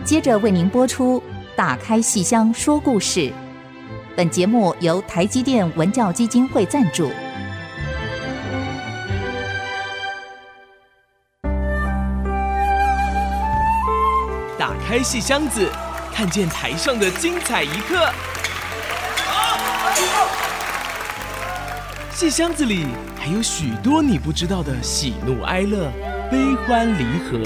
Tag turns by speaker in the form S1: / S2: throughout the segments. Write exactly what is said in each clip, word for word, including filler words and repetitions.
S1: 接着为您播出打开戏箱说故事。本节目由台积电文教基金会赞助。
S2: 打开戏箱子，看见台上的精彩一刻。戏箱子里还有许多你不知道的喜怒哀乐、悲欢离合。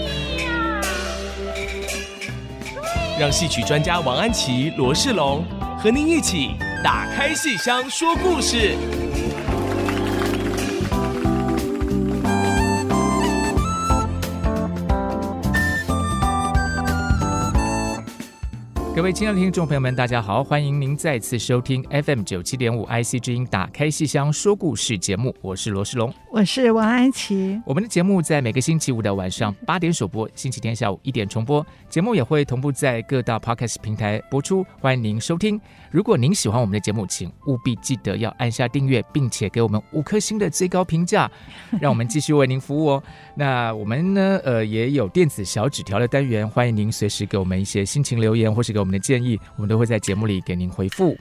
S2: 让戏曲专家王安琪、罗世龙和您一起打开戏箱说故事。
S3: 各位亲爱的听众朋友们，大家好，欢迎您再次收听 F M 九七点五 I C 之音打开戏箱说故事节目，我是罗世龙，
S4: 我是王安琪。我
S3: 们的节目在每个星期五的晚上八点首播，星期天下午一点重播，节目也会同步在各大 Podcast 平台播出，欢迎您收听。如果您喜欢我们的节目，请务必记得要按下订阅，并且给我们五颗星的最高评价，让我们继续为您服务哦。那我们呢，呃，也有电子小纸条的单元，欢迎您随时给我们一些心情留言，或是给我们的建议，我们都会在节目里给您回复。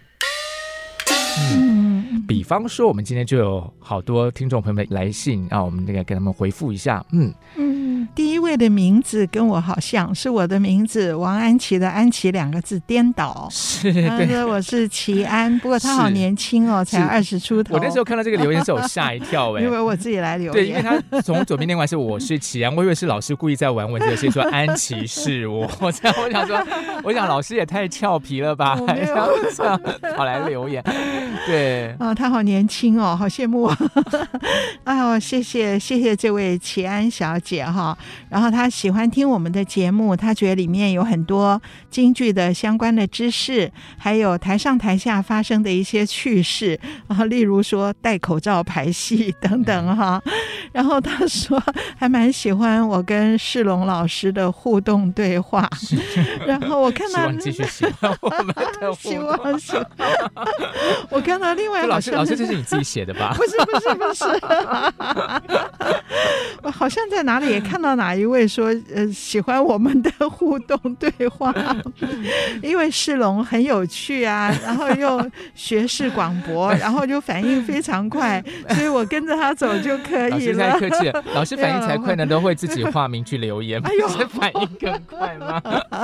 S3: 嗯，比方说，我们今天就有好多听众朋友们来信啊，我们那个给他们回复一下。嗯
S4: 嗯，第一位的名字跟我好像，是我的名字王安琪的安琪两个字颠倒。
S3: 是，
S4: 他说我是齐安，不过他好年轻哦，才二十出头。
S3: 我那时候看到这个留言的时候，我吓一跳哎、欸，
S4: 因为我自己来留言。
S3: 对，因为他从左边念完是我是齐安，我以为是老师故意在玩文字游戏说安琪是我，我这样我想说，我想老师也太俏皮了吧，还这样跑来留言。对
S4: 啊、哦，他好年轻哦，好羡慕啊、哦！谢谢谢谢这位齐安小姐哈。然后她喜欢听我们的节目，她觉得里面有很多京剧的相关的知识，还有台上台下发生的一些趣事啊，例如说戴口罩排戏等等哈。然后她说还蛮喜欢我跟世龙老师的互动对话。然后我看到
S3: 希望继续喜欢我们的互动，
S4: 希望喜欢。我看到另外
S3: 老师，老师这是你自己写的吧？
S4: 不是不是不是，我好像在哪里也看到哪一位说，呃，喜欢我们的互动对话，因为世龙很有趣啊，然后又学识广博，然后就反应非常快，所以我跟着他走就可以了。
S3: 老师太客气了，老师反应才快呢，都会自己化名去留言，哎呦，反应更快吗？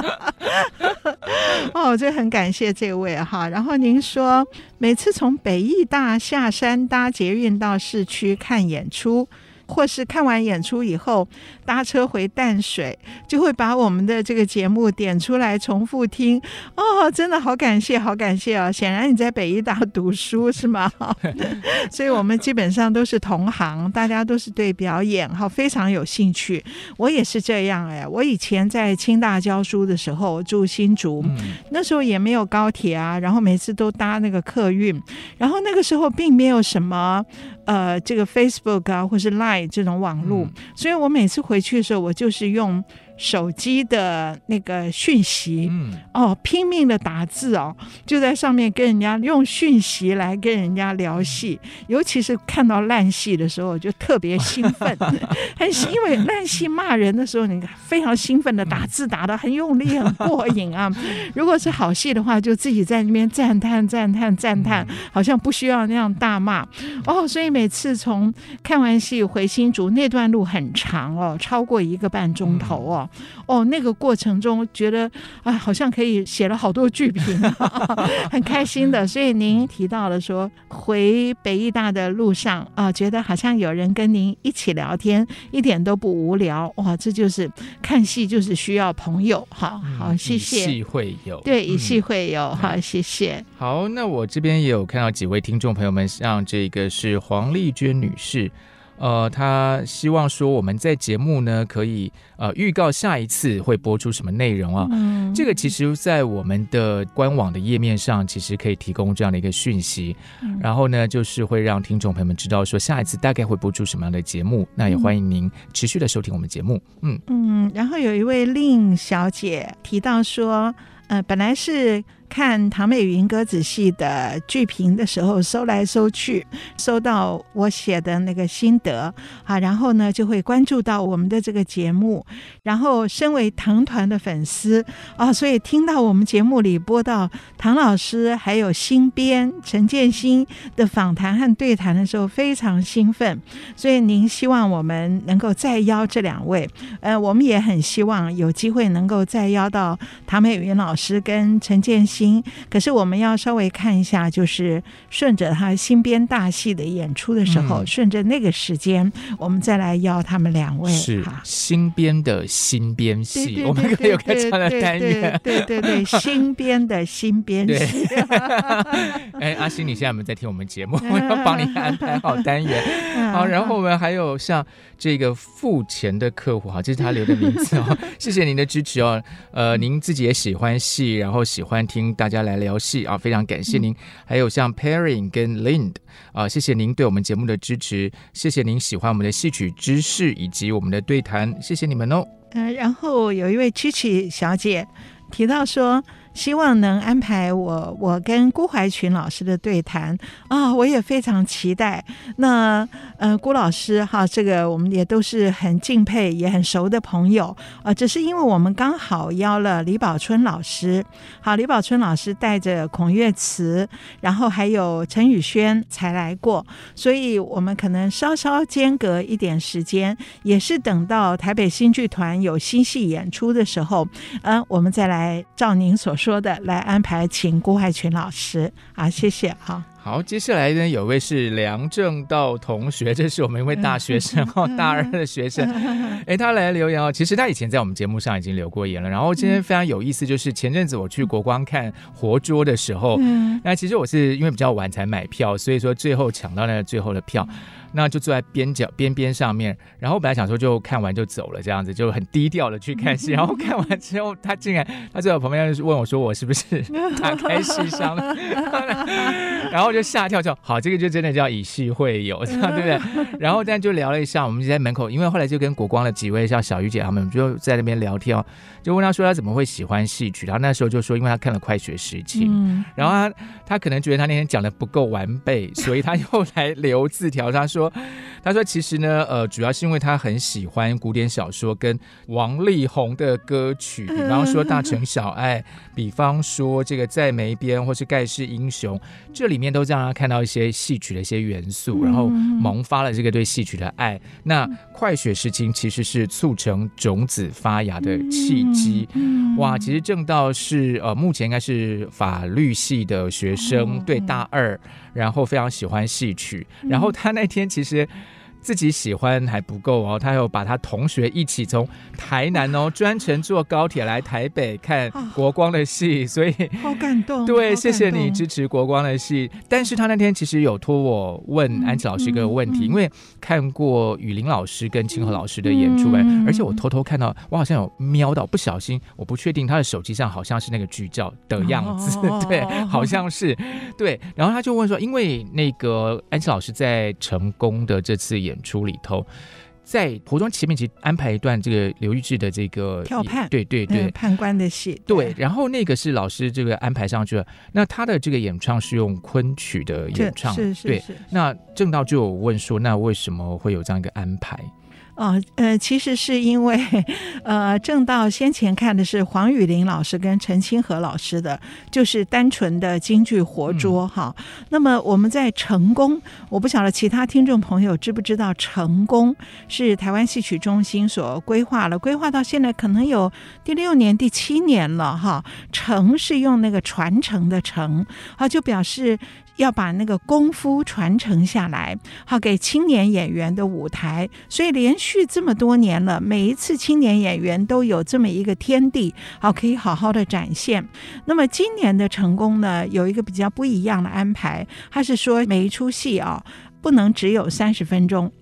S4: 哦，这很感谢这位哈。然后您说，每次从北艺大下山搭捷运到市区看演出，或是看完演出以后搭车回淡水，就会把我们的这个节目点出来重复听。哦，真的好感谢好感谢哦！显然你在北艺大读书是吗？所以我们基本上都是同行，大家都是对表演哈非常有兴趣。我也是这样哎，我以前在清大教书的时候住新竹、嗯、那时候也没有高铁啊，然后每次都搭那个客运，然后那个时候并没有什么呃这个 Facebook 啊或是 Line 这种网络、嗯、所以我每次回去的时候我就是用手机的那个讯息、嗯、哦，拼命的打字哦，就在上面跟人家用讯息来跟人家聊戏，尤其是看到烂戏的时候，我就特别兴奋，很因为烂戏骂人的时候，你非常兴奋的打字打得很用力，很过瘾啊。如果是好戏的话，就自己在那边赞叹赞叹赞叹，好像不需要那样大骂哦。所以每次从看完戏回新竹那段路很长哦，超过一个半钟头哦。哦，那个过程中觉得啊，好像可以写了好多剧评、啊，很开心的。所以您提到了说，回北艺大的路上啊，觉得好像有人跟您一起聊天，一点都不无聊。哇，这就是看戏就是需要朋友。好好，谢谢。
S3: 以戏会友，
S4: 对，以戏会友。嗯、好，谢谢。
S3: 好，那我这边也有看到几位听众朋友们，像这个是黄丽娟女士。呃，他希望说我们在节目呢可以呃预告下一次会播出什么内容啊、嗯、这个其实在我们的官网的页面上其实可以提供这样的一个讯息、嗯、然后呢就是会让听众朋友们知道说下一次大概会播出什么样的节目，那也欢迎您持续的收听我们节目。嗯嗯，
S4: 然后有一位令小姐提到说呃，本来是看唐美云歌子戏的剧评的时候，搜来搜去，搜到我写的那个心得啊，然后呢就会关注到我们的这个节目，然后身为唐团的粉丝啊，所以听到我们节目里播到唐老师还有新编陈建新的访谈和对谈的时候，非常兴奋。所以您希望我们能够再邀这两位，呃，我们也很希望有机会能够再邀到唐美云老师跟陈建新。可是我们要稍微看一下，就是顺着他新编大戏的演出的时候，嗯、顺着那个时间，我们再来邀他们两位。
S3: 是新编的新编戏，我们可以有个这样的单元。
S4: 对对 对, 对, 对新编的新编戏。
S3: 哎，阿星，你现在有没有在听我们节目？我要帮你安排好单元。好，然后我们还有像这个付钱的客户，好，这是他留的名字哦。谢谢您的支持哦。呃，您自己也喜欢戏，然后喜欢听大家来聊戏啊，非常感谢您。嗯、还有像 Perrin 跟 Lind 啊，谢谢您对我们节目的支持，谢谢您喜欢我们的戏曲知识以及我们的对谈，谢谢你们哦。
S4: 呃，然后有一位曲曲小姐提到说，希望能安排我我跟辜怀群老师的对谈啊，我也非常期待。那呃，辜老师哈，这个我们也都是很敬佩也很熟的朋友啊，只是因为我们刚好邀了李宝春老师，好，李宝春老师带着孔岳慈，然后还有陈宇轩才来过，所以我们可能稍稍间隔一点时间，也是等到台北新剧团有新戏演出的时候，呃，我们再来照您所说的来安排请辜怀群老师啊，谢谢哈。
S3: 好，接下来呢，有位是梁正道同学，这是我们一位大学生哦，大二的学生。哎，他来留言哦，其实他以前在我们节目上已经留过言了。然后今天非常有意思，就是前阵子我去国光看活捉的时候，嗯、那其实我是因为比较晚才买票，所以说最后抢到那个最后的票。那就坐在边角边边上面，然后本来想说就看完就走了，这样子就很低调的去看戏。然后看完之后，他竟然他在我旁边问我说：“我是不是打开戏商了？”然后我就吓跳跳，好，这个就真的叫以戏会友，这样对不对？然后但就聊了一下，我们就在门口，因为后来就跟国光的几位像小鱼姐他们就在那边聊天，就问他说他怎么会喜欢戏曲，然后那时候就说因为他看了《快雪时晴》，嗯，然后他他可能觉得他那天讲的不够完备，所以他又来留字条，他说。他说其实呢呃，主要是因为他很喜欢古典小说跟王力宏的歌曲，比方说大城小爱，比方说这个在梅边或是盖世英雄，这里面都让他看到一些戏曲的一些元素，然后萌发了这个对戏曲的爱。那快雪时晴其实是促成种子发芽的契机。哇，其实正道是呃目前应该是法律系的学生，对，大二，然后非常喜欢戏曲，然后他那天其实自己喜欢还不够哦，他有把他同学一起从台南哦专程坐高铁来台北看国光的戏，所以
S4: 好感动。
S3: 对，谢谢你支持国光的戏。但是他那天其实有托我问安琪老师一个问题，嗯嗯、因为看过雨林老师跟清河老师的演出，嗯、而且我偷偷看到，我好像有瞄到，不小心，我不确定他的手机上好像是那个剧照的样子，哦、对，好像是对。然后他就问说，因为那个安琪老师在成功的这次演演出里头，在活动前面其实安排一段这个刘玉志的这个
S4: 跳判，
S3: 对对对、
S4: 嗯，判官的戏，
S3: 对, 对，然后那个是老师这个安排上去了，那他的这个演唱是用昆曲的演唱，
S4: 是是 是,
S3: 对
S4: 是，
S3: 那正道就有问说，那为什么会有这样一个安排？
S4: 哦，呃，其实是因为，呃，正道先前看的是黄雨玲老师跟陈清河老师的，就是单纯的京剧活捉哈、嗯。那么我们在成功，我不晓得其他听众朋友知不知道，成功是台湾戏曲中心所规划了，规划到现在可能有第六年、第七年了哈。承是用那个传承的承，啊，就表示要把那个功夫传承下来，好给青年演员的舞台，所以连续这么多年了，每一次青年演员都有这么一个天地，好可以好好的展现。那么今年的成功呢，有一个比较不一样的安排，它是说每一出戏啊，不能只有三十分钟，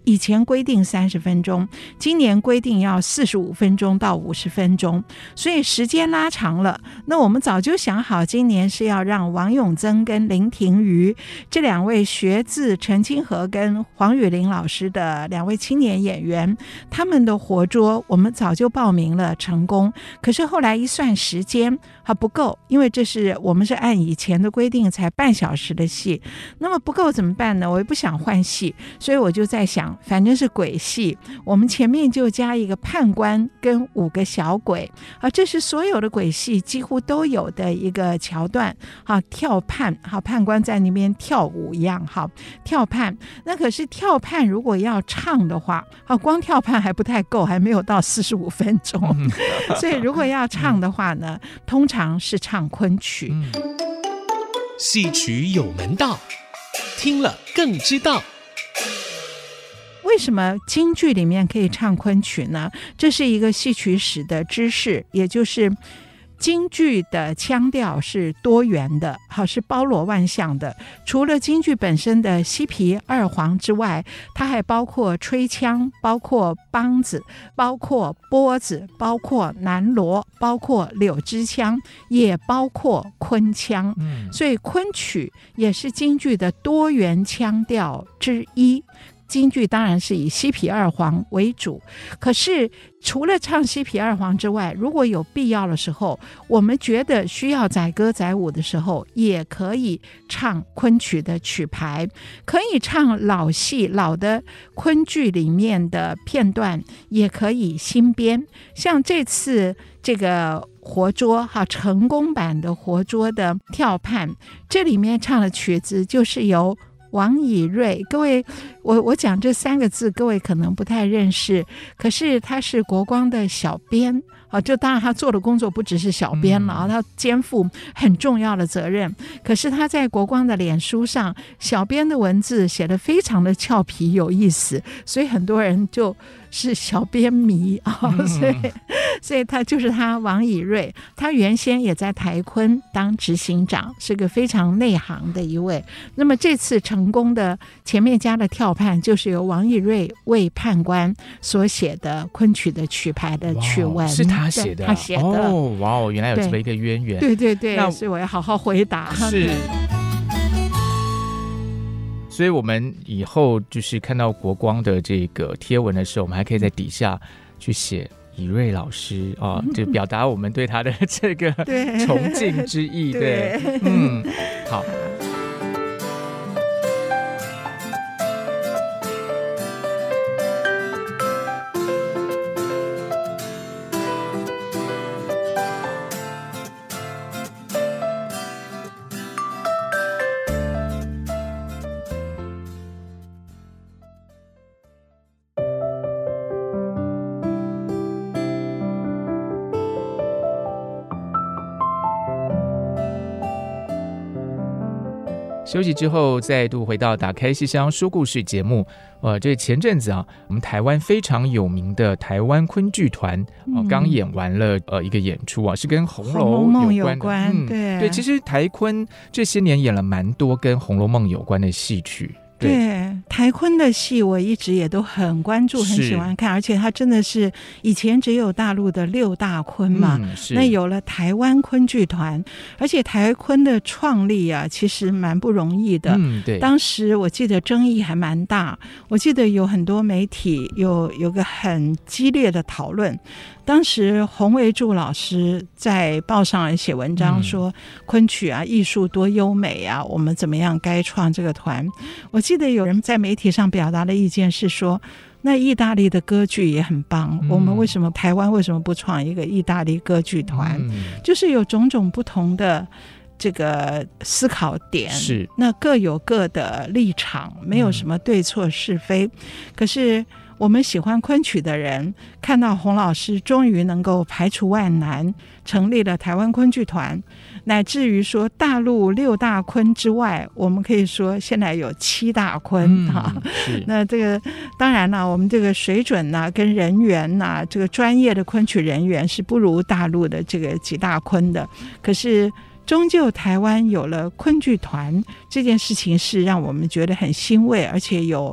S4: 以前规定三十分钟，今年规定要四十五分钟到五十分钟，所以时间拉长了。那我们早就想好，今年是要让王永增跟林庭瑜这两位学自陈清河跟黄雨玲老师的两位青年演员，他们的活捉我们早就报名了，成功。可是后来一算时间还不够，因为这是我们是按以前的规定才半小时的戏，那么不够怎么办呢？我也不想换戏，所以我就在想，反正是鬼戏，我们前面就加一个判官跟五个小鬼啊，这是所有的鬼戏几乎都有的一个桥段。好，跳判，好，判官在那边跳舞一样，好，跳判。那可是跳判如果要唱的话，好，光跳判还不太够，还没有到四十五分钟，所以如果要唱的话呢，通常是唱昆曲。
S2: 戏曲有门道，听了更知道。
S4: 为什么京剧里面可以唱昆曲呢？这是一个戏曲史的知识，也就是京剧的腔调是多元的，好，是包罗万象的。除了京剧本身的西皮二黄之外，它还包括吹腔，包括梆子，包括拨子，包括南锣，包括柳枝腔，也包括昆腔。嗯，所以昆曲也是京剧的多元腔调之一。京剧当然是以西皮二黄为主，可是除了唱西皮二黄之外，如果有必要的时候，我们觉得需要载歌载舞的时候，也可以唱昆曲的曲牌，可以唱老戏老的昆剧里面的片段，也可以新编。像这次这个活捉哈，成功版的活捉的跳判，这里面唱的曲子就是由王以瑞，各位，我我讲这三个字，各位可能不太认识，可是他是国光的小编啊，就当然他做的工作不只是小编了啊，他肩负很重要的责任。可是他在国光的脸书上，小编的文字写得非常的俏皮有意思，所以很多人就是小编迷啊，所以所以他就是他王以瑞，他原先也在台昆当执行长，是个非常内行的一位。那么这次成功的前面加的跳判，就是由王以瑞为判官所写的昆曲的曲牌的曲文，
S3: 是他写的，
S4: 他写的。
S3: 哦，哇哦，原来有这么一个渊源。
S4: 对对对，所以我要好好回答。
S3: 是。所以我们以后就是看到国光的这个贴文的时候，我们还可以在底下去写以瑞老师啊，就表达我们对他的这个崇敬之意。对，对，嗯，好。休息之后，再度回到打开戏箱说故事节目。呃，这前阵子啊，我们台湾非常有名的台湾昆剧团哦，刚、呃、演完了呃一个演出啊，是跟红楼梦有关的。
S4: 有关嗯、对
S3: 对，其实台昆这些年演了蛮多跟红楼梦有关的戏曲。
S4: 对, 对台昆的戏我一直也都很关注，很喜欢看，而且它真的是以前只有大陆的六大昆嘛、嗯、那有了台湾昆剧团，而且台昆的创立啊其实蛮不容易的、嗯、对，当时我记得争议还蛮大，我记得有很多媒体有有个很激烈的讨论。当时洪维柱老师在报上写文章说、嗯、昆曲啊艺术多优美啊，我们怎么样该创这个团。我记得有人在媒体上表达的意见是说，那意大利的歌剧也很棒、嗯、我们为什么台湾为什么不创一个意大利歌剧团、嗯、就是有种种不同的这个思考点，是那各有各的立场，没有什么对错是非、嗯、可是我们喜欢昆曲的人看到洪老师终于能够排除万难成立了台湾昆剧团，乃至于说大陆六大昆之外，我们可以说现在有七大昆、嗯啊、那这个当然了，我们这个水准啊跟人员啊，这个专业的昆曲人员是不如大陆的这个几大昆的，可是终究台湾有了昆剧团，这件事情是让我们觉得很欣慰，而且有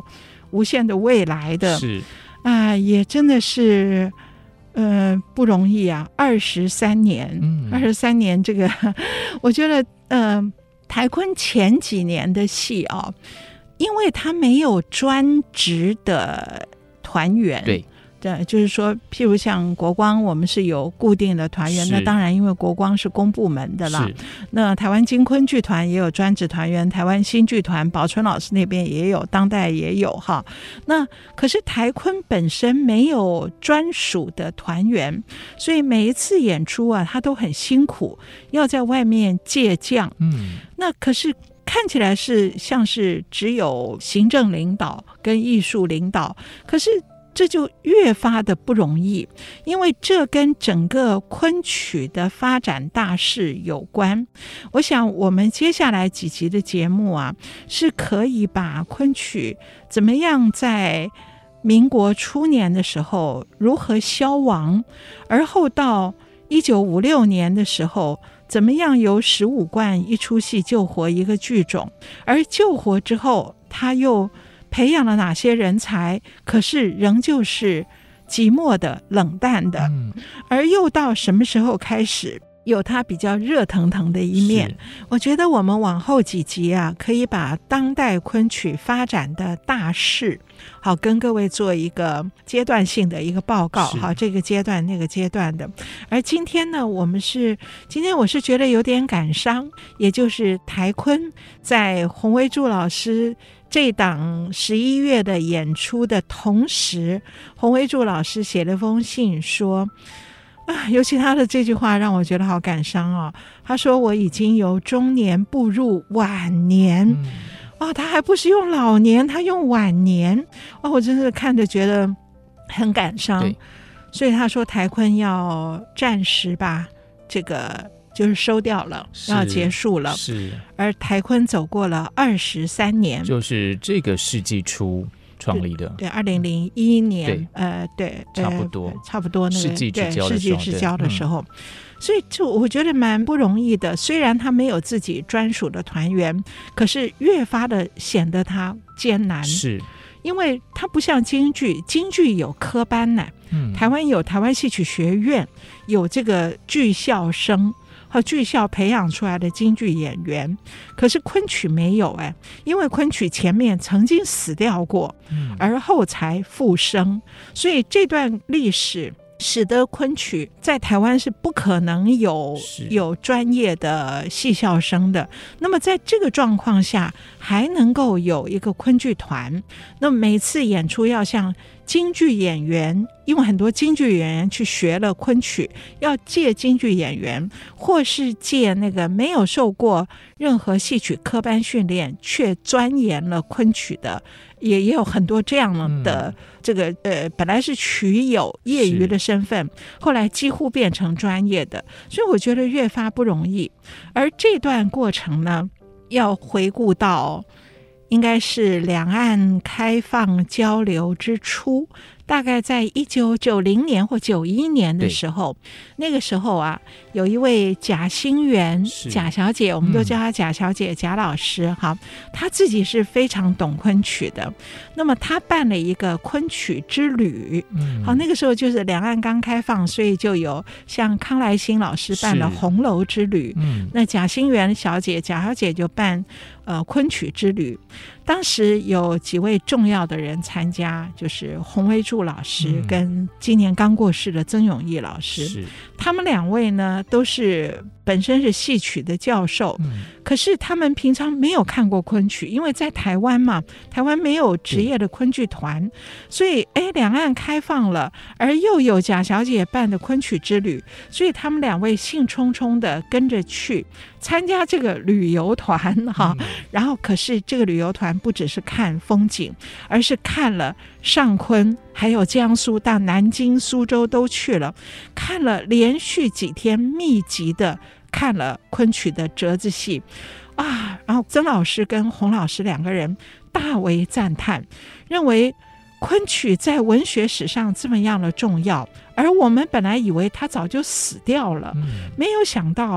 S4: 无限的未来的，
S3: 是
S4: 啊，也真的是呃不容易啊，二十三年，
S3: 嗯，
S4: 二十三年，这个我觉得呃台昆前几年的戏啊，因为他没有专职的团员，
S3: 对。
S4: 对，就是说譬如像国光我们是有固定的团员，那当然因为国光是公部门的啦，那台湾金昆剧团也有专职团员，台湾新剧团宝春老师那边也有，当代也有哈。那可是台昆本身没有专属的团员，所以每一次演出啊他都很辛苦，要在外面借将，嗯，那可是看起来是像是只有行政领导跟艺术领导，可是这就越发的不容易，因为这跟整个昆曲的发展大势有关。我想我们接下来几集的节目啊，是可以把昆曲怎么样在民国初年的时候如何消亡，而后到一九五六年的时候怎么样由十五贯一出戏救活一个剧种，而救活之后他又培养了哪些人才，可是仍旧是寂寞的冷淡的、嗯、而又到什么时候开始有它比较热腾腾的一面。我觉得我们往后几集啊，可以把当代昆曲发展的大势好跟各位做一个阶段性的一个报告，好，这个阶段那个阶段的。而今天呢，我们是今天我是觉得有点感伤，也就是台昆在洪维柱老师这档十一月的演出的同时，洪维柱老师写了封信说啊，尤其他的这句话让我觉得好感伤哦。他说我已经由中年步入晚年、嗯、哦，他还不是用老年，他用晚年哦，我真的看着觉得很感伤。所以他说台昆要暂时把这个就是收掉了，要结束了。是，而台昆走过了二十三年，就是这个世纪初创立的，对，二零零一年，呃，对，差不多，呃、差不多那个世纪之交的时候，世纪之交的时候，嗯、所以就我觉得蛮不容易的。虽然他没有自己专属的团员，可是越发的显得他艰难，是因为他不像京剧，京剧有科班呢、嗯，台湾有台湾戏曲学院，有这个剧校生。和剧校培养出来的京剧演员，可是昆曲没有哎，因为昆曲前面曾经死掉过，嗯、而后才复生，所以这段历史使得昆曲在台湾是不可能有有专业的戏校生的。那么在这个状况下，还能够有一个昆剧团，那么每次演出要像京剧演员，因为很多京剧演员去学了昆曲，要借京剧演员，或是借那个没有受过任何戏曲科班训练却钻研了昆曲的，也也有很多这样的、嗯、这个呃，本来是曲友业余的身份，后来几乎变成专业的，所以我觉得越发不容易。而这段过程呢，要回顾到应该是两岸开放交流之初，大概在一九九零年或九一年的时候，那个时候啊，有一位贾心媛贾小姐，我们都叫她贾小姐、嗯、贾老师哈，她自己是非常懂昆曲的。那么她办了一个昆曲之旅，嗯、好，那个时候就是两岸刚开放，所以就有像康来新老师办了红楼之旅，嗯、那贾心媛小姐贾小姐就办呃昆曲之旅。当时有几位重要的人参加，就是洪维柱老师跟今年刚过世的曾永义老师、嗯、他们两位呢都是本身是戏曲的教授、嗯、可是他们平常没有看过昆曲，因为在台湾嘛，台湾没有职业的昆剧团，所以哎，两岸开放了，而又有贾小姐办的昆曲之旅，所以他们两位兴冲冲的跟着去参加这个旅游团哈、嗯，然后可是这个旅游团不只是看风景，而是看了上昆，还有江苏到南京、苏州都去了，看了连续几天密集的看了昆曲的折子戏啊，然后曾老师跟洪老师两个人大为赞叹，认为昆曲在文学史上这么样的重要，而我们本来以为它早就死掉了、嗯、没有想到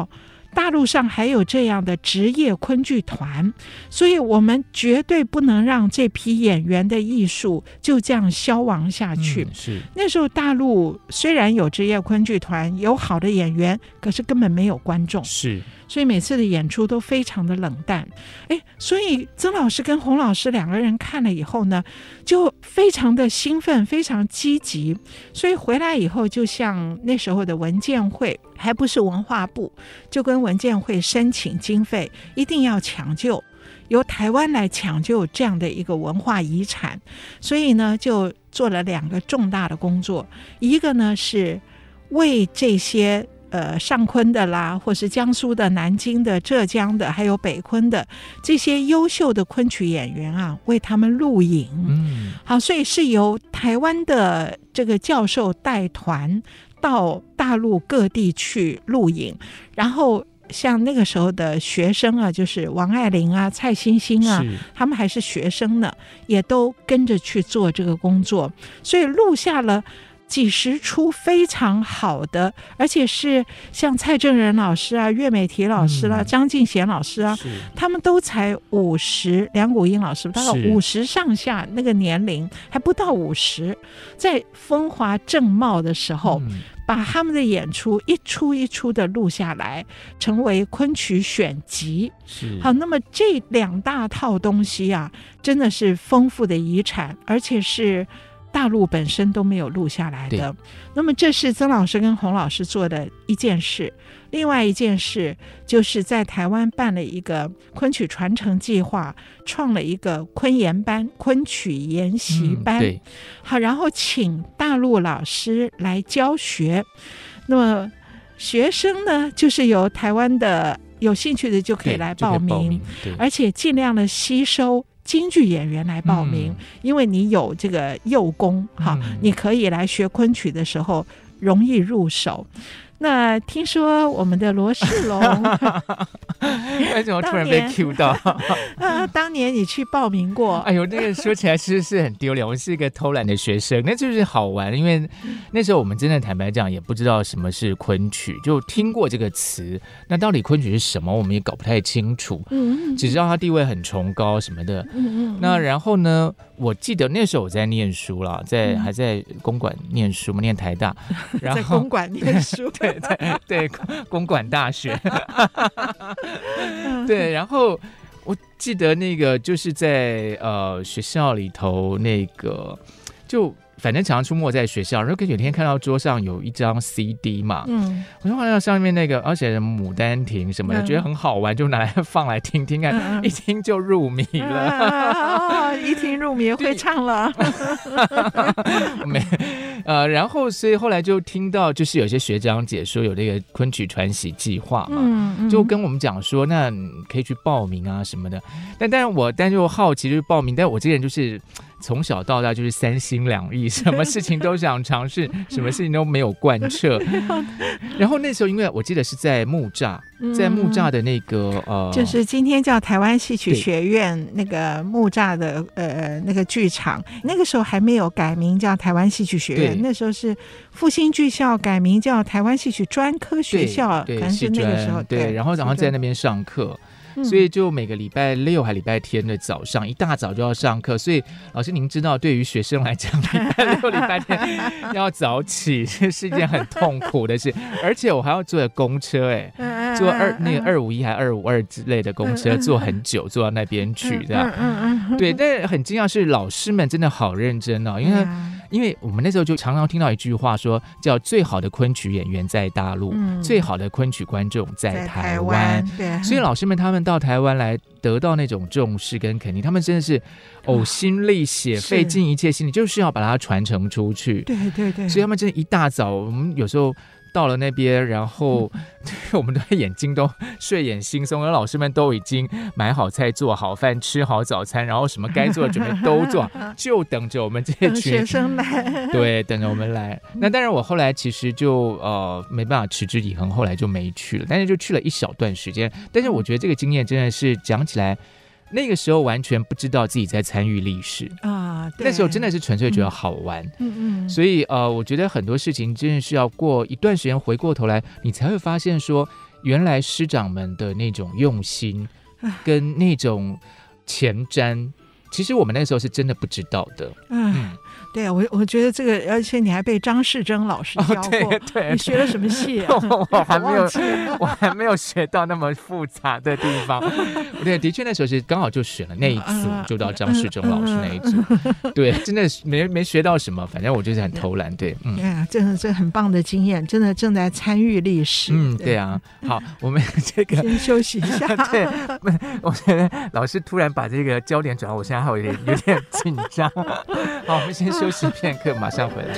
S4: 大陆上还有这样的职业昆剧团，所以我们绝对不能让这批演员的艺术就这样消亡下去。
S3: 嗯、是
S4: 那时候大陆虽然有职业昆剧团，有好的演员，可是根本没有观众，
S3: 是，
S4: 所以每次的演出都非常的冷淡。哎，所以曾老师跟洪老师两个人看了以后呢，就非常的兴奋，非常积极。所以回来以后，就像那时候的文建会，还不是文化部，就跟文建会申请经费，一定要抢救，由台湾来抢救这样的一个文化遗产。所以呢，就做了两个重大的工作，一个呢是为这些呃上昆的啦，或是江苏的、南京的、浙江的，还有北昆的这些优秀的昆曲演员啊，为他们录影。
S3: 嗯，
S4: 好，所以是由台湾的这个教授带团到大陆各地去录影，然后像那个时候的学生啊，就是王爱玲啊、蔡欣欣啊，他们还是学生呢，也都跟着去做这个工作，所以录下了几十出非常好的，而且是像蔡正仁老师啊、岳美缇老师啦、嗯、张敬贤老师啊，他们都才五十，梁谷英老师大概五十上下那个年龄，还不到五十，在风华正茂的时候、嗯，把他们的演出一出一出的录下来，成为昆曲选集。好，那么这两大套东西啊，真的是丰富的遗产，而且是大陆本身都没有录下来的。那么这是曾老师跟洪老师做的一件事。另外一件事就是在台湾办了一个昆曲传承计划，创了一个昆研班、昆曲研习班、嗯、对，好，然后请大陆老师来教学。那么学生呢，就是由台湾的有兴趣的就可以来报名，报名而且尽量的吸收京剧演员来报名、嗯、因为你有这个幼功、嗯、你可以来学昆曲的时候容易入手。那听说我们的罗世龙
S3: 为什么突然被 Q 到
S4: 啊？当年你去报名过？
S3: 哎呦，那个说起来是是很丢脸，我是一个偷懒的学生，那就是好玩，因为那时候我们真的坦白讲也不知道什么是昆曲，就听过这个词，那到底昆曲是什么我们也搞不太清楚，嗯，只知道它地位很崇高什么的，嗯嗯。那然后呢，我记得那时候我在念书啦，在、嗯、还在公馆念书嘛，念台大，然后
S4: 在公馆念书，
S3: 对对对，公馆大学对，然后我记得那个就是在呃学校里头，那个就反正常常出没在学校，然后有天看到桌上有一张 C D 嘛，嗯，我就看到上面那个而且牡丹亭什么的、嗯、觉得很好玩，就拿来放来听听看、嗯、一听就入迷了、
S4: 啊、一听入迷会唱了
S3: 没呃，然后所以后来就听到就是有些学长姐说有这个昆曲传习计划嘛、嗯嗯、就跟我们讲说那可以去报名啊什么的，但但是我但是我好奇就是报名，但我这个人就是从小到大就是三心两意，什么事情都想尝试什么事情都没有贯彻然后那时候因为我记得是在木栅，在木栅的那个呃，
S4: 就是今天叫台湾戏曲学院那个木栅的呃那个剧场，那个时候还没有改名叫台湾戏曲学院，那时候是复兴剧校改名叫台湾戏曲专科学校，可能是那个时候
S3: 对, 对，然后然后在那边上课，所以就每个礼拜六还礼拜天的早上一大早就要上课，所以老师您知道对于学生来讲礼拜六礼拜天要早起是一件很痛苦的事，而且我还要坐公车，哎，坐二那个二五一还二五二之类的公车，坐很久坐到那边去这样，对，但很惊讶是老师们真的好认真哦，因为因为我们那时候就常常听到一句话说叫最好的昆曲演员在大陆、嗯、最好的昆曲观众在台湾，对，所以老师们他们到台湾来得到那种重视跟肯定，他们真的是呕心沥血、费尽一切心力，就是要把它传承出去，
S4: 对对对，
S3: 所以他们真的一大早，我们有时候到了那边，然后、嗯、我们的眼睛都睡眼惺忪，而老师们都已经买好菜、做好饭、吃好早餐，然后什么该做的准备都做就等着我们这些群
S4: 学生来，
S3: 对，等着我们来。那当然我后来其实就呃没办法持之以恒，后来就没去了，但是就去了一小段时间。但是我觉得这个经验真的是讲起来那个时候完全不知道自己在参与历史啊，那时候真的是纯粹觉得好玩，嗯嗯，所以呃，我觉得很多事情真的是要过一段时间回过头来，你才会发现说， 原来师长们的那种用心跟那种前瞻，其实我们那时候是真的不知道的。
S4: 嗯，对，我我觉得这个，而且你还被张世珍老师教过，
S3: 哦、对对对，
S4: 你学了什么戏啊？
S3: 我还没有，我还没有学到那么复杂的地方。对，的确那时候是刚好就选了那一组，就到张世珍老师那一组。对，真的没没学到什么，反正我就是很偷懒。对，嗯，
S4: 对啊，真的这很棒的经验，真的正在参与历史。
S3: 嗯，对啊。好，我们这个
S4: 先休息一下。
S3: 对，我觉得老师突然把这个焦点转到我现在，还有点有点紧张。好，我们先休息片刻，马上回来。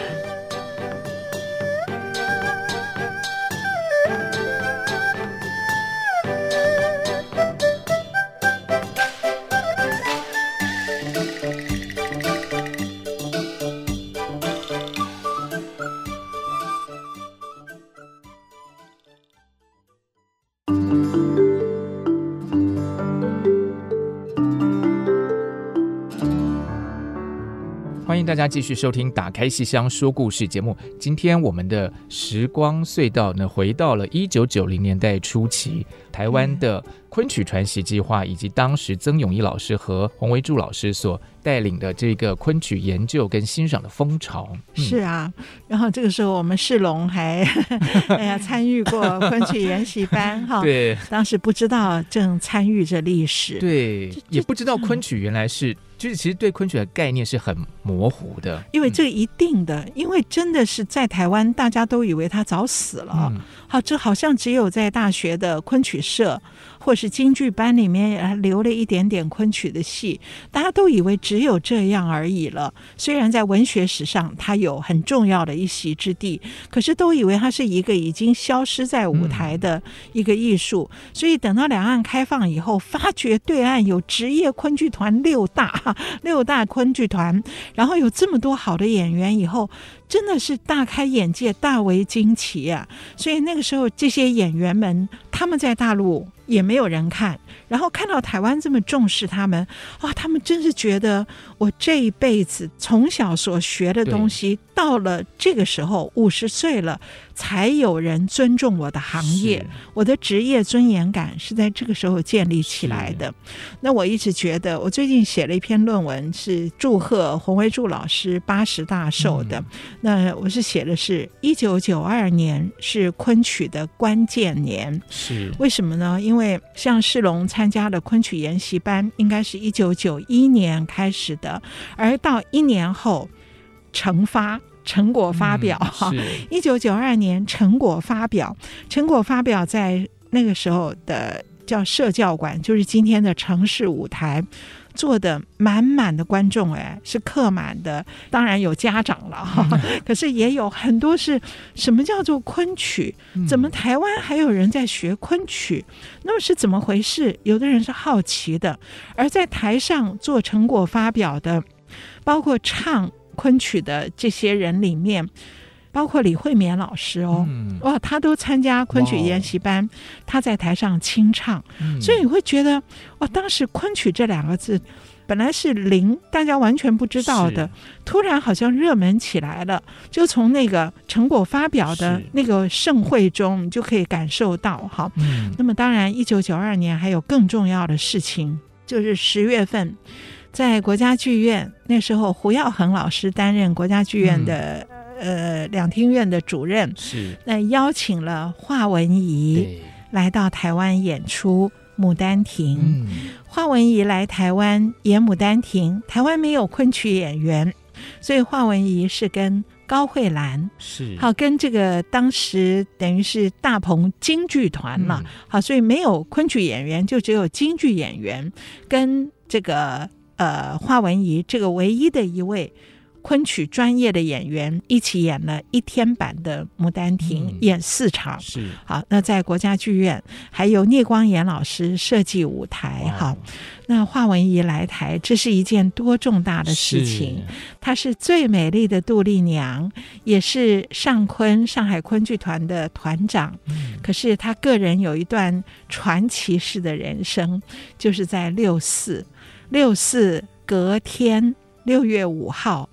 S3: 欢迎大家继续收听打开戏箱说故事节目。今天我们的时光隧道呢，回到了一九九零年代初期，台湾的昆曲传习计划，以及当时曾永仪老师和洪维柱老师所带领的这个昆曲研究跟欣赏的风潮。
S4: 嗯、是啊，然后这个时候我们世龙还哎呀参与过昆曲研习班哈，
S3: 对，
S4: 当时不知道正参与着历史，
S3: 对，也不知道昆曲原来是。就是其实对昆曲的概念是很模糊的，
S4: 因为这个一定的、嗯、因为真的是在台湾大家都以为他早死了、嗯、好，这好像只有在大学的昆曲社或是京剧班里面留了一点点昆曲的戏，大家都以为只有这样而已了。虽然在文学史上它有很重要的一席之地，可是都以为它是一个已经消失在舞台的一个艺术、嗯、所以等到两岸开放以后，发觉对岸有职业昆剧团六大六大昆剧团，然后有这么多好的演员以后，真的是大开眼界，大为惊奇啊！所以那个时候这些演员们他们在大陆也没有人看，然后看到台湾这么重视他们，哇，他们真是觉得我这一辈子从小所学的东西，到了这个时候五十岁了才有人尊重我的行业，我的职业尊严感是在这个时候建立起来的。那我一直觉得，我最近写了一篇论文，是祝贺洪维柱老师八十大寿的、嗯、那我是写的是一九九二年是昆曲的关键年，
S3: 是
S4: 为什么呢？因为像世龙参加的昆曲研习班应该是一九九一年开始的，而到一年后成发成果发表，一九九二年成果发表，成果发表在那个时候的叫社教馆，就是今天的城市舞台，做的满满的观众，哎，是客满的，当然有家长了哈、嗯，可是也有很多是什么叫做昆曲？怎么台湾还有人在学昆曲？那么是怎么回事？有的人是好奇的，而在台上做成果发表的，包括唱昆曲的这些人里面，包括李惠绵老师哦、嗯，哇，他都参加昆曲研习班，他在台上清唱、嗯，所以你会觉得，哇，当时昆曲这两个字本来是零，大家完全不知道的，突然好像热门起来了，就从那个成果发表的那个盛会中，你就可以感受到哈、嗯。那么当然，一九九二年还有更重要的事情，就是十月份。在国家剧院，那时候胡耀恒老师担任国家剧院的、嗯、呃两厅院的主任，
S3: 是
S4: 那邀请了华文怡来到台湾演出《牡丹亭》。嗯，华文怡来台湾演《牡丹亭》，台湾没有昆曲演员，所以华文怡是跟高慧兰
S3: 是
S4: 好跟这个当时等于是大鹏京剧团嘛、嗯，好，所以没有昆曲演员，就只有京剧演员跟这个。呃，华文怡这个唯一的一位昆曲专业的演员一起演了一天版的《牡丹亭》，嗯、演四场。
S3: 是
S4: 好，那在国家剧院还有聂光妍老师设计舞台。好，那华文怡来台，这是一件多重大的事情。她是最美丽的杜丽娘，也是上昆上海昆剧团的团长。嗯、可是她个人有一段传奇式的人生，就是在六四。六四隔天六月五号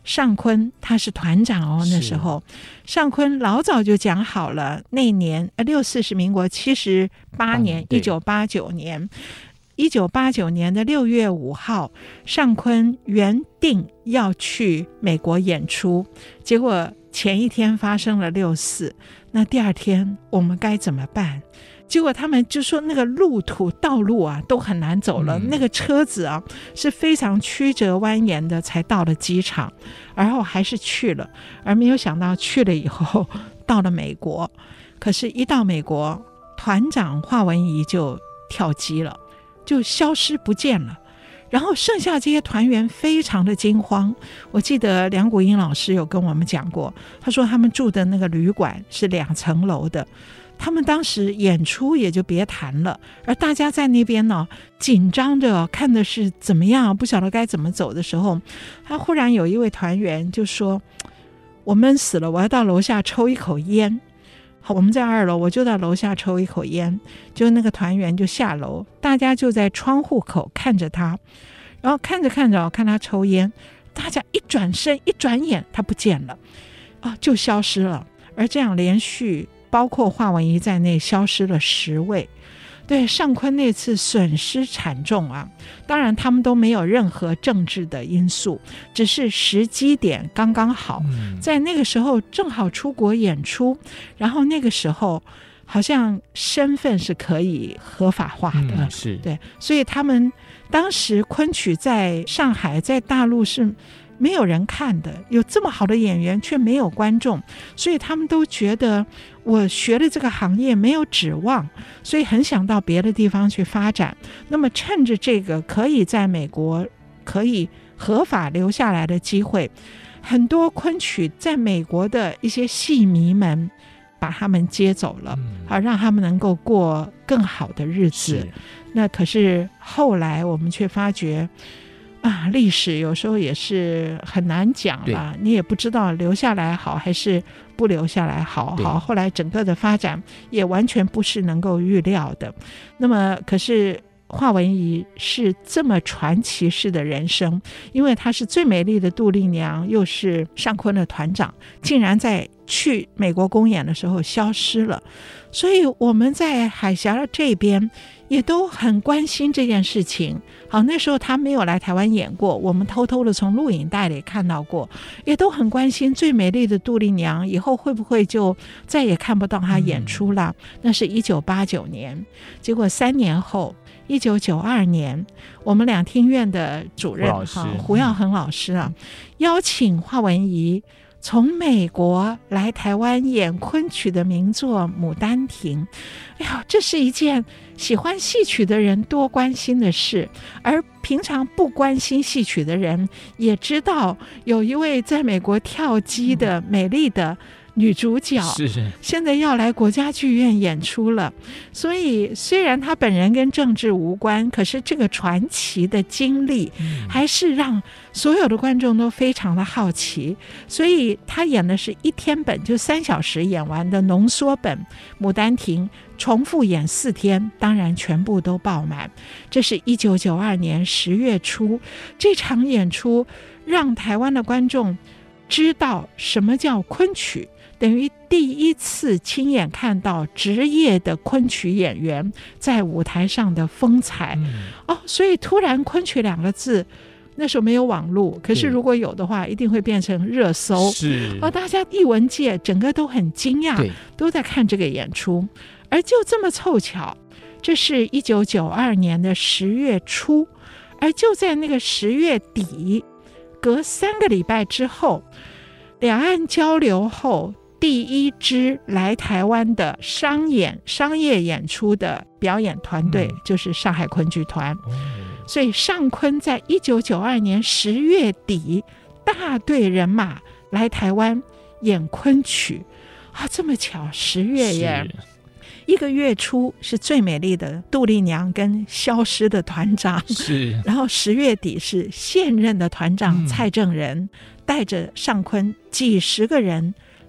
S4: 尚昆他是团长哦，那时候尚昆老早就讲好了，那年呃六四是民国七十八年，一九八九年，一九八九年的六月五号，尚昆原定要去美国演出，结果前一天发生了六四，那第二天我们该怎么办？结果他们就说那个路途道路啊都很难走了、嗯、那个车子啊是非常曲折蜿蜒的才到了机场，然后还是去了，而没有想到去了以后到了美国，可是一到美国团长华文怡就跳机了，就消失不见了，然后剩下这些团员非常的惊慌。我记得梁谷英老师有跟我们讲过，他说他们住的那个旅馆是两层楼的，他们当时演出也就别谈了，而大家在那边呢紧张着看的是怎么样，不晓得该怎么走的时候，他忽然有一位团员就说我闷死了，我要到楼下抽一口烟。好，我们在二楼，我就到楼下抽一口烟，就那个团员就下楼，大家就在窗户口看着他，然后看着看着看他抽烟，大家一转身一转眼他不见了啊，就消失了。而这样连续包括华文怡在内消失了十位。对，尚昆那次损失惨重啊，当然他们都没有任何政治的因素，只是时机点刚刚好、嗯、在那个时候正好出国演出，然后那个时候好像身份是可以合法化的、
S3: 嗯、是
S4: 对，所以他们当时昆曲在上海在大陆是没有人看的，有这么好的演员却没有观众，所以他们都觉得我学的这个行业没有指望，所以很想到别的地方去发展。那么趁着这个可以在美国可以合法留下来的机会，很多昆曲在美国的一些戏迷们把他们接走了、嗯、好让他们能够过更好的日子。那可是后来我们却发觉啊，历史有时候也是很难讲啦，你也不知道留下来好还是不留下来好。好，后来整个的发展也完全不是能够预料的。那么可是华文怡是这么传奇式的人生，因为她是最美丽的杜丽娘，又是尚昆的团长，竟然在去美国公演的时候消失了。所以我们在海峡这边也都很关心这件事情。好，那时候他没有来台湾演过，我们偷偷的从录影带里看到过，也都很关心最美丽的杜丽娘以后会不会就再也看不到她演出了、嗯、那是一九八九年。结果三年后一九九二年，我们两厅院的主任哈胡耀恒老师啊、嗯、邀请华文怡从美国来台湾演昆曲的名作《牡丹亭》。哎呀，这是一件喜欢戏曲的人多关心的事，而平常不关心戏曲的人也知道有一位在美国跳机的美丽的女主角现在要来国家剧院演出了。所以虽然她本人跟政治无关，可是这个传奇的经历还是让所有的观众都非常的好奇。所以她演的是一天本，就三小时演完的浓缩本《牡丹亭》，重复演四天，当然全部都爆满。这是一九九二年十月初，这场演出让台湾的观众知道什么叫昆曲，等于第一次亲眼看到职业的昆曲演员在舞台上的风采、嗯、哦，所以突然昆曲两个字，那时候没有网络，可是如果有的话一定会变成热搜，是哦，大家艺文界整个都很惊讶，都在看这个演出。而就这么凑巧，这是一九九二年的十月初，而就在那个十月底，隔三个礼拜之后，两岸交流后第一支来台湾的商演商业演出的表演团队、嗯、就是上海昆剧团、嗯、所以尚昆在一九九二年十月底大队人马来台湾演昆曲啊，这么巧，十月耶，一个月初是最美丽的杜丽娘跟消失的团长，是，然后十月底是现任的团长蔡正仁、嗯、带着尚昆几十个人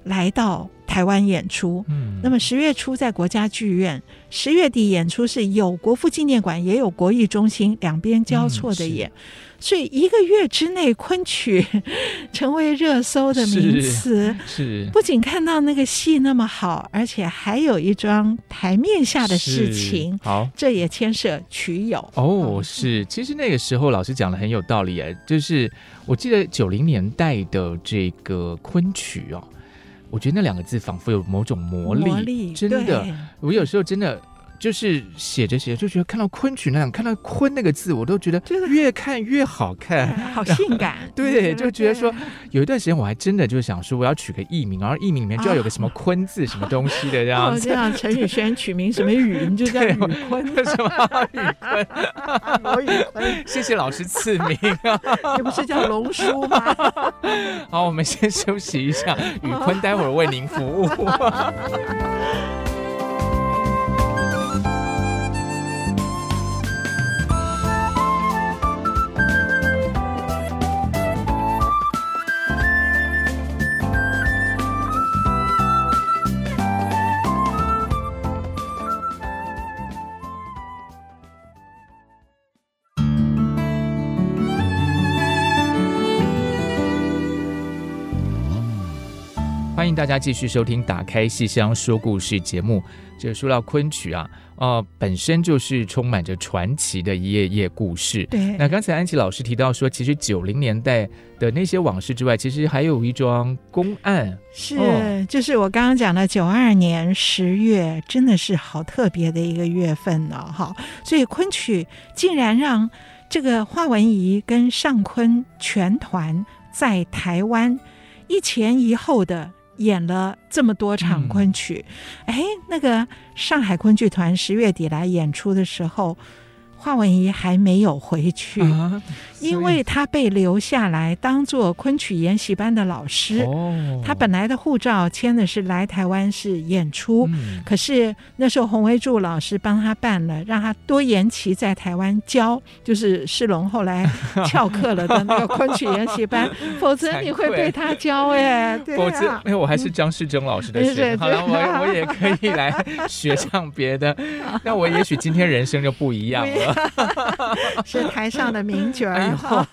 S4: 来到台湾演出。嗯，那么十月初在国家剧院，十月底演出是有国父纪念馆也有国艺中心两边交错的演。嗯，所以一个月之内昆曲成为热搜的名词，
S3: 是, 是
S4: 不仅看到那个戏那么好，而且还有一桩台面下的事情。
S3: 好，
S4: 这也牵涉曲友
S3: 哦。是，其实那个时候老师讲的很有道理哎，就是我记得九零年代的这个昆曲哦，我觉得那两个字仿佛有某种魔力，
S4: 魔力
S3: 真的，我有时候真的就是写着写着就觉得看到昆曲那样，看到昆那个字我都觉得越看越好看，
S4: 好性感。
S3: 对，就觉得说有一段时间我还真的就想说我要取个艺名，然后艺名里面就要有个什么昆字、啊、什么东西的这样子。
S4: 哦，这样陈宇轩取名什么宇，你就叫宇昆，
S3: 什么宇昆，
S4: 罗宇昆。
S3: 谢谢老师赐名啊，
S4: 你不是叫龙叔吗？
S3: 好，我们先休息一下，宇昆待会儿为您服务。欢迎大家继续收听打开戏箱说故事节目。这说到昆曲啊，呃，本身就是充满着传奇的一页页故事。
S4: 对，
S3: 那刚才安琪老师提到说，其实九零年代的那些往事之外，其实还有一桩公案。
S4: 是、哦、就是我刚刚讲的九二年十月，真的是好特别的一个月份呢、哦。所以昆曲竟然让这个华文怡跟尚昆全团在台湾一前一后的演了这么多场昆曲。哎、嗯，那个上海昆剧团十月底来演出的时候，华文怡还没有回去、啊、因为他被留下来当做昆曲研习班的老师、哦、他本来的护照签的是来台湾是演出、嗯、可是那时候洪维柱老师帮他办了，让他多延期在台湾教，就是世龙后来翘课了的那个昆曲研习班否则你会被他教哎，对啊，
S3: 否则因为我还是张世珍老师的学生、嗯、好了，我我也可以来学唱别的那我也许今天人生就不一样了
S4: 是台上的名角儿、哎、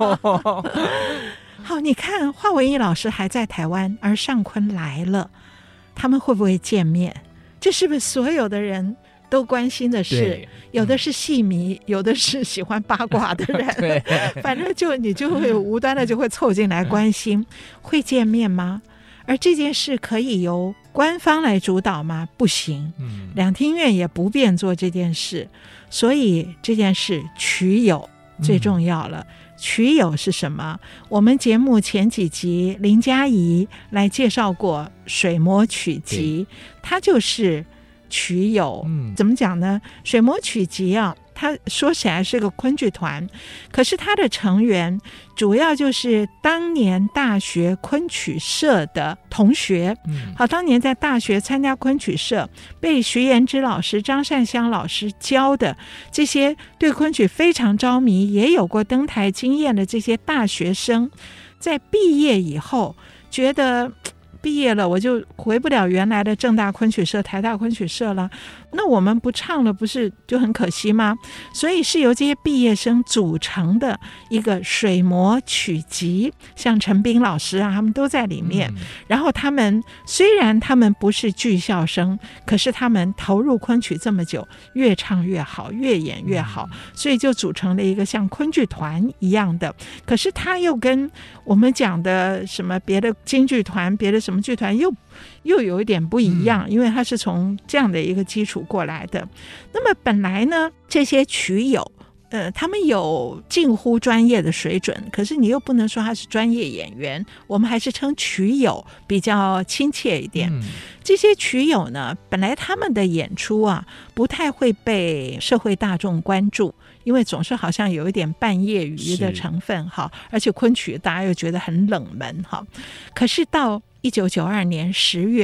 S4: 好，你看华文怡老师还在台湾，而尚昆来了，他们会不会见面？这是不是所有的人都关心的事？有的是戏迷、嗯、有的是喜欢八卦的人对，反正就你就会无端的就会凑进来关心会见面吗？而这件事可以由官方来主导吗？不行，嗯，两厅院也不便做这件事，所以这件事曲友最重要了、嗯、曲友是什么？我们节目前几集林嘉怡来介绍过水磨曲集，它就是曲友、嗯、怎么讲呢？水磨曲集啊，它说起来是个昆剧团，可是它的成员主要就是当年大学昆曲社的同学、嗯、好，当年在大学参加昆曲社被徐延之老师、张善香老师教的这些对昆曲非常着迷，也有过登台经验的这些大学生，在毕业以后觉得毕业了我就回不了原来的政大昆曲社、台大昆曲社了，那我们不唱了不是就很可惜吗？所以是由这些毕业生组成的一个水磨曲集，像陈斌老师啊他们都在里面、嗯、然后他们虽然他们不是剧校生，可是他们投入昆曲这么久，越唱越好，越演越好、嗯、所以就组成了一个像昆剧团一样的，可是他又跟我们讲的什么别的京剧团、别的什么剧团又又有一点不一样、嗯、因为它是从这样的一个基础过来的。那么本来呢这些曲友呃，他们有近乎专业的水准，可是你又不能说他是专业演员，我们还是称曲友比较亲切一点、嗯、这些曲友呢本来他们的演出啊不太会被社会大众关注，因为总是好像有一点半业余的成分哈，而且昆曲大家又觉得很冷门哈。可是到一九九二年十月，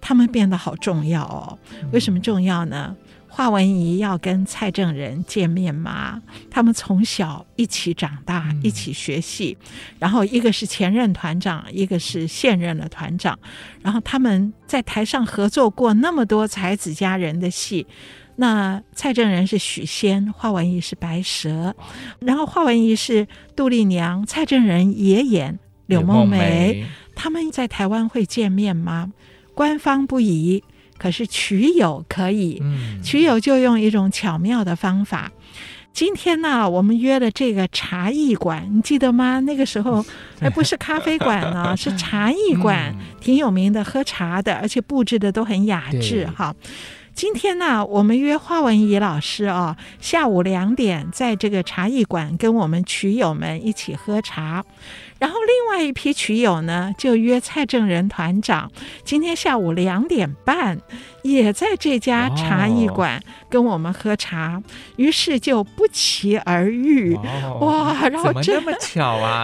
S4: 他们变得好重要哦。为什么重要呢？华文怡要跟蔡正仁见面嘛，他们从小一起长大，嗯、一起学戏，然后一个是前任团长，一个是现任的团长，然后他们在台上合作过那么多才子佳人的戏。那蔡正仁是许仙，华文怡是白蛇，然后华文怡是杜丽娘，蔡正仁也演柳梦梅。他们在台湾会见面吗？官方不宜，可是曲友可以，嗯、曲友就用一种巧妙的方法。今天呢，我们约了这个茶艺馆，你记得吗？那个时候还不是咖啡馆呢，是茶艺馆，嗯、挺有名的，喝茶的，而且布置的都很雅致哈。今天呢，我们约华文怡老师啊，下午两点在这个茶艺馆跟我们曲友们一起喝茶。然后另外一批曲友呢，就约蔡正仁团长，今天下午两点半也在这家茶艺馆跟我们喝茶，哦、于是就不期而遇。哦、哇，然后
S3: 怎么那么巧啊？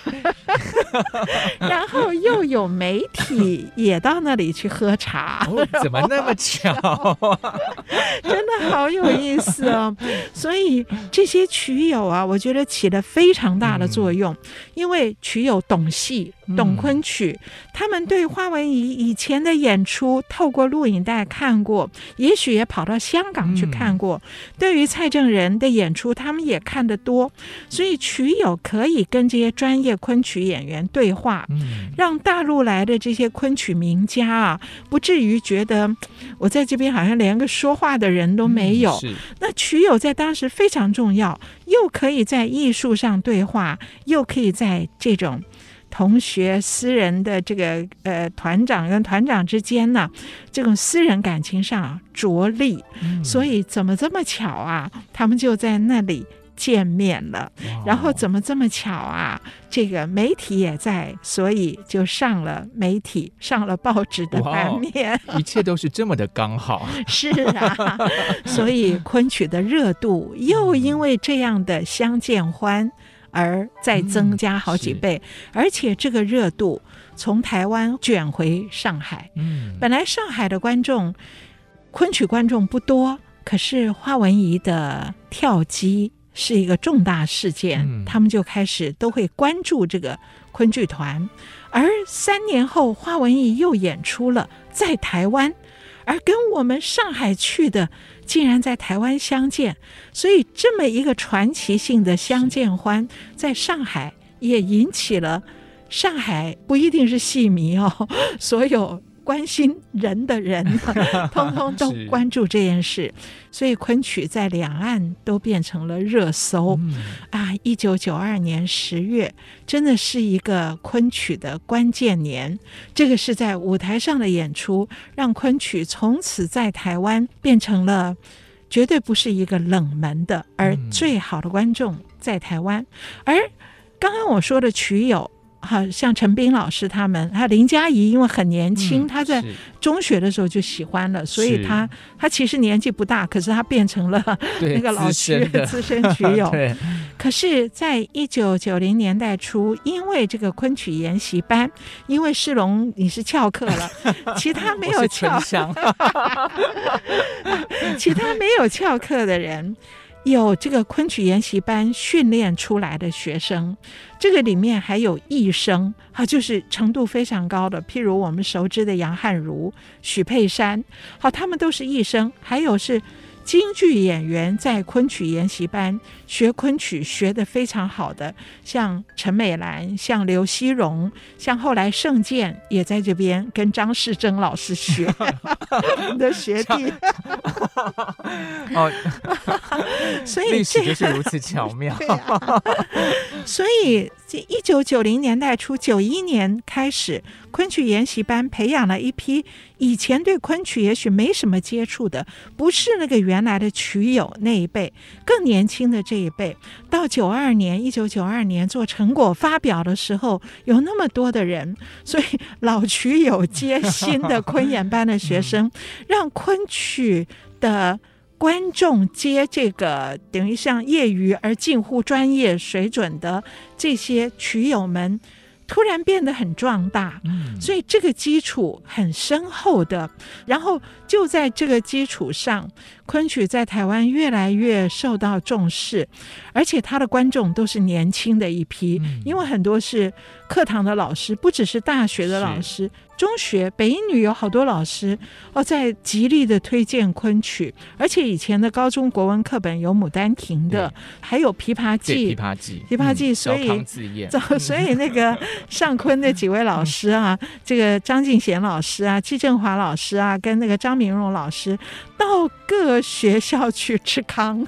S4: 然后又有媒体也到那里去喝茶，
S3: 哦、怎么那么巧？
S4: 真的好有意思哦。所以这些曲友啊，我觉得起了非常大的作用，嗯、因为曲友懂戏懂昆曲，嗯、他们对华文怡以前的演出透过录影带看过，也许也跑到香港去看过，嗯、对于蔡正仁的演出他们也看得多，所以曲友可以跟这些专业昆曲演员对话，嗯、让大陆来的这些昆曲名家啊，不至于觉得我在这边好像连个说话的人都没有，嗯、那曲友在当时非常重要，又可以在艺术上对话，又可以在这种同学私人的这个呃团长跟团长之间呢，这种私人感情上着力，嗯、所以怎么这么巧啊，他们就在那里见面了，然后怎么这么巧啊，这个媒体也在，所以就上了媒体，上了报纸的版面，
S3: 一切都是这么的刚好。
S4: 是啊，所以昆曲的热度又因为这样的相见欢而再增加好几倍，嗯、而且这个热度从台湾卷回上海，嗯、本来上海的观众昆曲观众不多，可是华文怡的跳机是一个重大事件，嗯、他们就开始都会关注这个昆剧团，而三年后华文怡又演出了在台湾，而跟我们上海去的竟然在台湾相见，所以这么一个传奇性的相见欢在上海也引起了上海不一定是戏迷哦，所有关心人的人通通都关注这件事，所以昆曲在两岸都变成了热搜，嗯、啊！一九九二年十月真的是一个昆曲的关键年，这个是在舞台上的演出让昆曲从此在台湾变成了绝对不是一个冷门的，而最好的观众在台湾，而刚刚我说的曲友好像陈彬老师他们，还有林嘉怡，因为很年轻，嗯、他在中学的时候就喜欢了，所以他他其实年纪不大，可是他变成了那个老师资深曲友。可是在一九九零年代初，因为这个昆曲研习班，因为世龙你是翘课了，其他没有翘其他没有翘课的人，有这个昆曲研习班训练出来的学生，这个里面还有艺生，好，就是程度非常高的，譬如我们熟知的杨汉如、许佩珊，好，他们都是艺生，还有是京剧演员在昆曲研习班学昆曲学得非常好的，像陈美兰，像刘希荣，像后来盛健也在这边跟张世珍老师学我们的学弟
S3: 哦，
S4: 所以
S3: 历史就是如此巧妙
S4: 啊、所以一九九零年代初九一年开始，昆曲研习班培养了一批以前对昆曲也许没什么接触的，不是那个原来的曲友那一辈，更年轻的这一辈，到九二年一九九二年做成果发表的时候，有那么多的人，所以老曲友接新的昆研班的学生，让昆曲的观众接这个等于像业余而近乎专业水准的这些曲友们突然变得很壮大，
S3: 嗯，
S4: 所以这个基础很深厚的。然后就在这个基础上，昆曲在台湾越来越受到重视，而且他的观众都是年轻的一批，
S3: 嗯，
S4: 因为很多是课堂的老师，不只是大学的老师，中学北一女有好多老师哦，在极力的推荐昆曲，而且以前的高中国文课本有《牡丹亭》的，还有《琵琶记》，
S3: 琵琶记，
S4: 琵琶记，所以
S3: 康自燕，
S4: 所以那个上昆的几位老师啊，这个张敬贤老师啊、季振华老师啊，跟那个张明荣老师到各学校去吃康，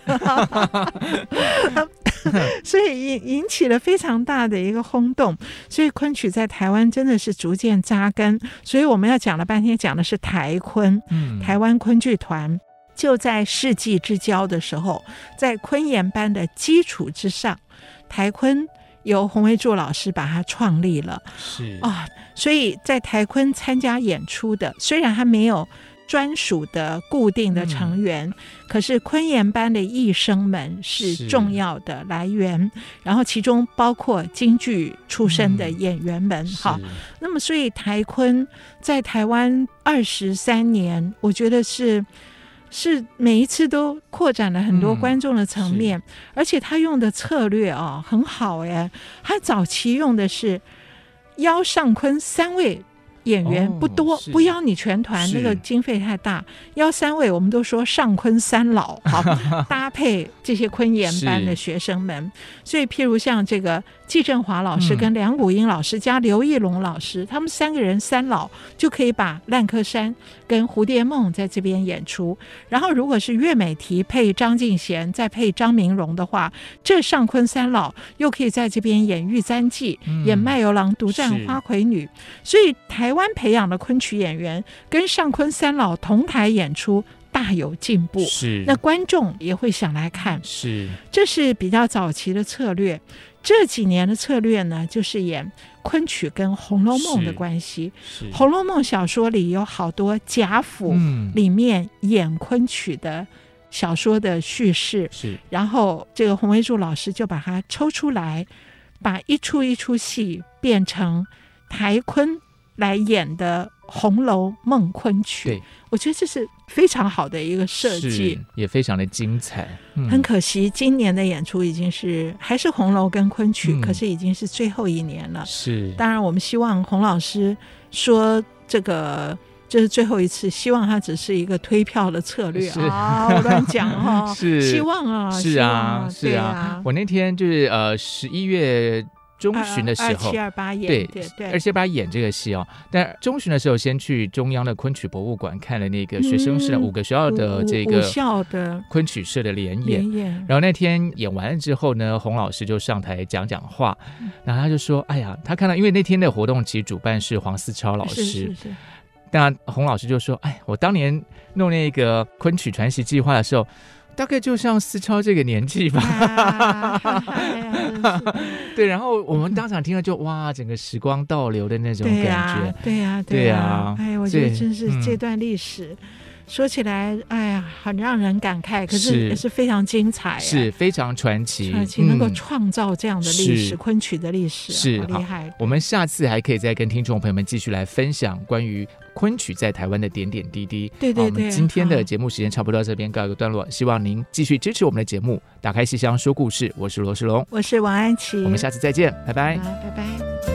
S4: 所以引引起了非常大的一个轰动。所以昆曲在台湾真的是逐渐扎根。所以我们要讲了半天，讲的是台昆，
S3: 嗯，
S4: 台湾昆剧团。就在世纪之交的时候，在昆研班的基础之上，台昆由洪维柱老师把它创立了，
S3: 是
S4: 啊，所以在台昆参加演出的，虽然他没有专属的固定的成员，嗯，可是昆研班的艺生们是重要的来源，然后其中包括京剧出身的演员们，嗯，好，那么所以台昆在台湾二十三年，我觉得是是每一次都扩展了很多观众的层面，嗯，而且他用的策略哦很好耶，他早期用的是邀上昆三位演员，不多，哦，不邀你全团，那个经费太大，邀三位，我们都说上昆三老，好搭配这些昆研班的学生们。所以譬如像这个季振华老师跟梁谷英老师加刘义龙老师，嗯，他们三个人三老就可以把烂柯山跟蝴蝶梦在这边演出。然后如果是岳美缇配张敬贤再配张明荣的话，这上昆三老又可以在这边演玉簪记，嗯，演卖油郎独占花魁女。所以台湾培养的昆曲演员跟上昆三老同台演出大有进步，
S3: 是
S4: 那观众也会想来看，
S3: 是
S4: 这是比较早期的策略。这几年的策略呢，就是演昆曲跟《红楼梦》的关系。《红楼梦》小说里有好多贾府里面演昆曲的小说的叙事，
S3: 是
S4: 然后这个洪维柱老师就把它抽出来，把一出一出戏变成台昆来演的《红楼梦》昆曲。
S3: 对，
S4: 我觉得这是非常好的一个设计，
S3: 也非常的精彩，
S4: 嗯，很可惜今年的演出已经是还是红楼跟昆曲，嗯，可是已经是最后一年了。
S3: 是，
S4: 当然我们希望洪老师说这个这是最后一次，希望它只是一个推票的策略啊，我乱讲哈，
S3: 是
S4: 希望啊，
S3: 是啊，
S4: 是啊，啊
S3: 我那天就是呃十一月中旬的时候，
S4: 二七二八演，
S3: 对
S4: 对对，
S3: 二七二八演这个戏哦。但中旬的时候，先去中央的昆曲博物馆看了那个学生社、嗯、五个学校的这个
S4: 五校的
S3: 昆曲社的联演。
S4: 演
S3: 然后那天演完了之后呢，洪老师就上台讲讲话，嗯、然后他就说：“哎呀，他看到因为那天的活动其实主办是黄思超老师。”
S4: 是是是。
S3: 那洪老师就说：“哎，我当年弄那个昆曲传习计划的时候。”大概就像思超这个年纪吧，啊哎、对，然后我们当场听了就哇，整个时光倒流的那种感觉，
S4: 对呀、啊，对呀、啊，啊、哎，我觉得真是这段历史、嗯、说起来，哎呀，很让人感慨，可是也是非常精彩、啊，
S3: 是非常传奇，
S4: 传奇、嗯、能够创造这样的历史，昆曲的历史、啊，
S3: 是
S4: 好厉害。
S3: 我们下次还可以再跟听众朋友们继续来分享关于昆曲在台湾的点点滴滴。
S4: 对对对，
S3: 我们今天的节目时间差不多到这边告一个段落，希望您继续支持我们的节目，打开戏箱说故事。我是罗世龙，
S4: 我是王安琪，
S3: 我们下次再见，拜拜，
S4: 拜拜。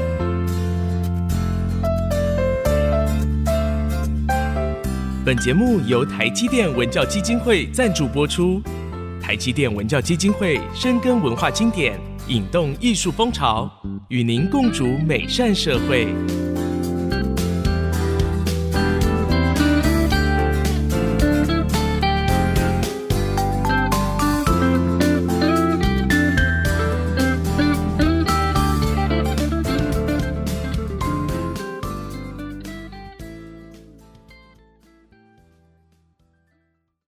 S2: 本节目由台积电文教基金会赞助播出。台积电文教基金会深耕文化经典，引动艺术风潮，与您共筑美善社会。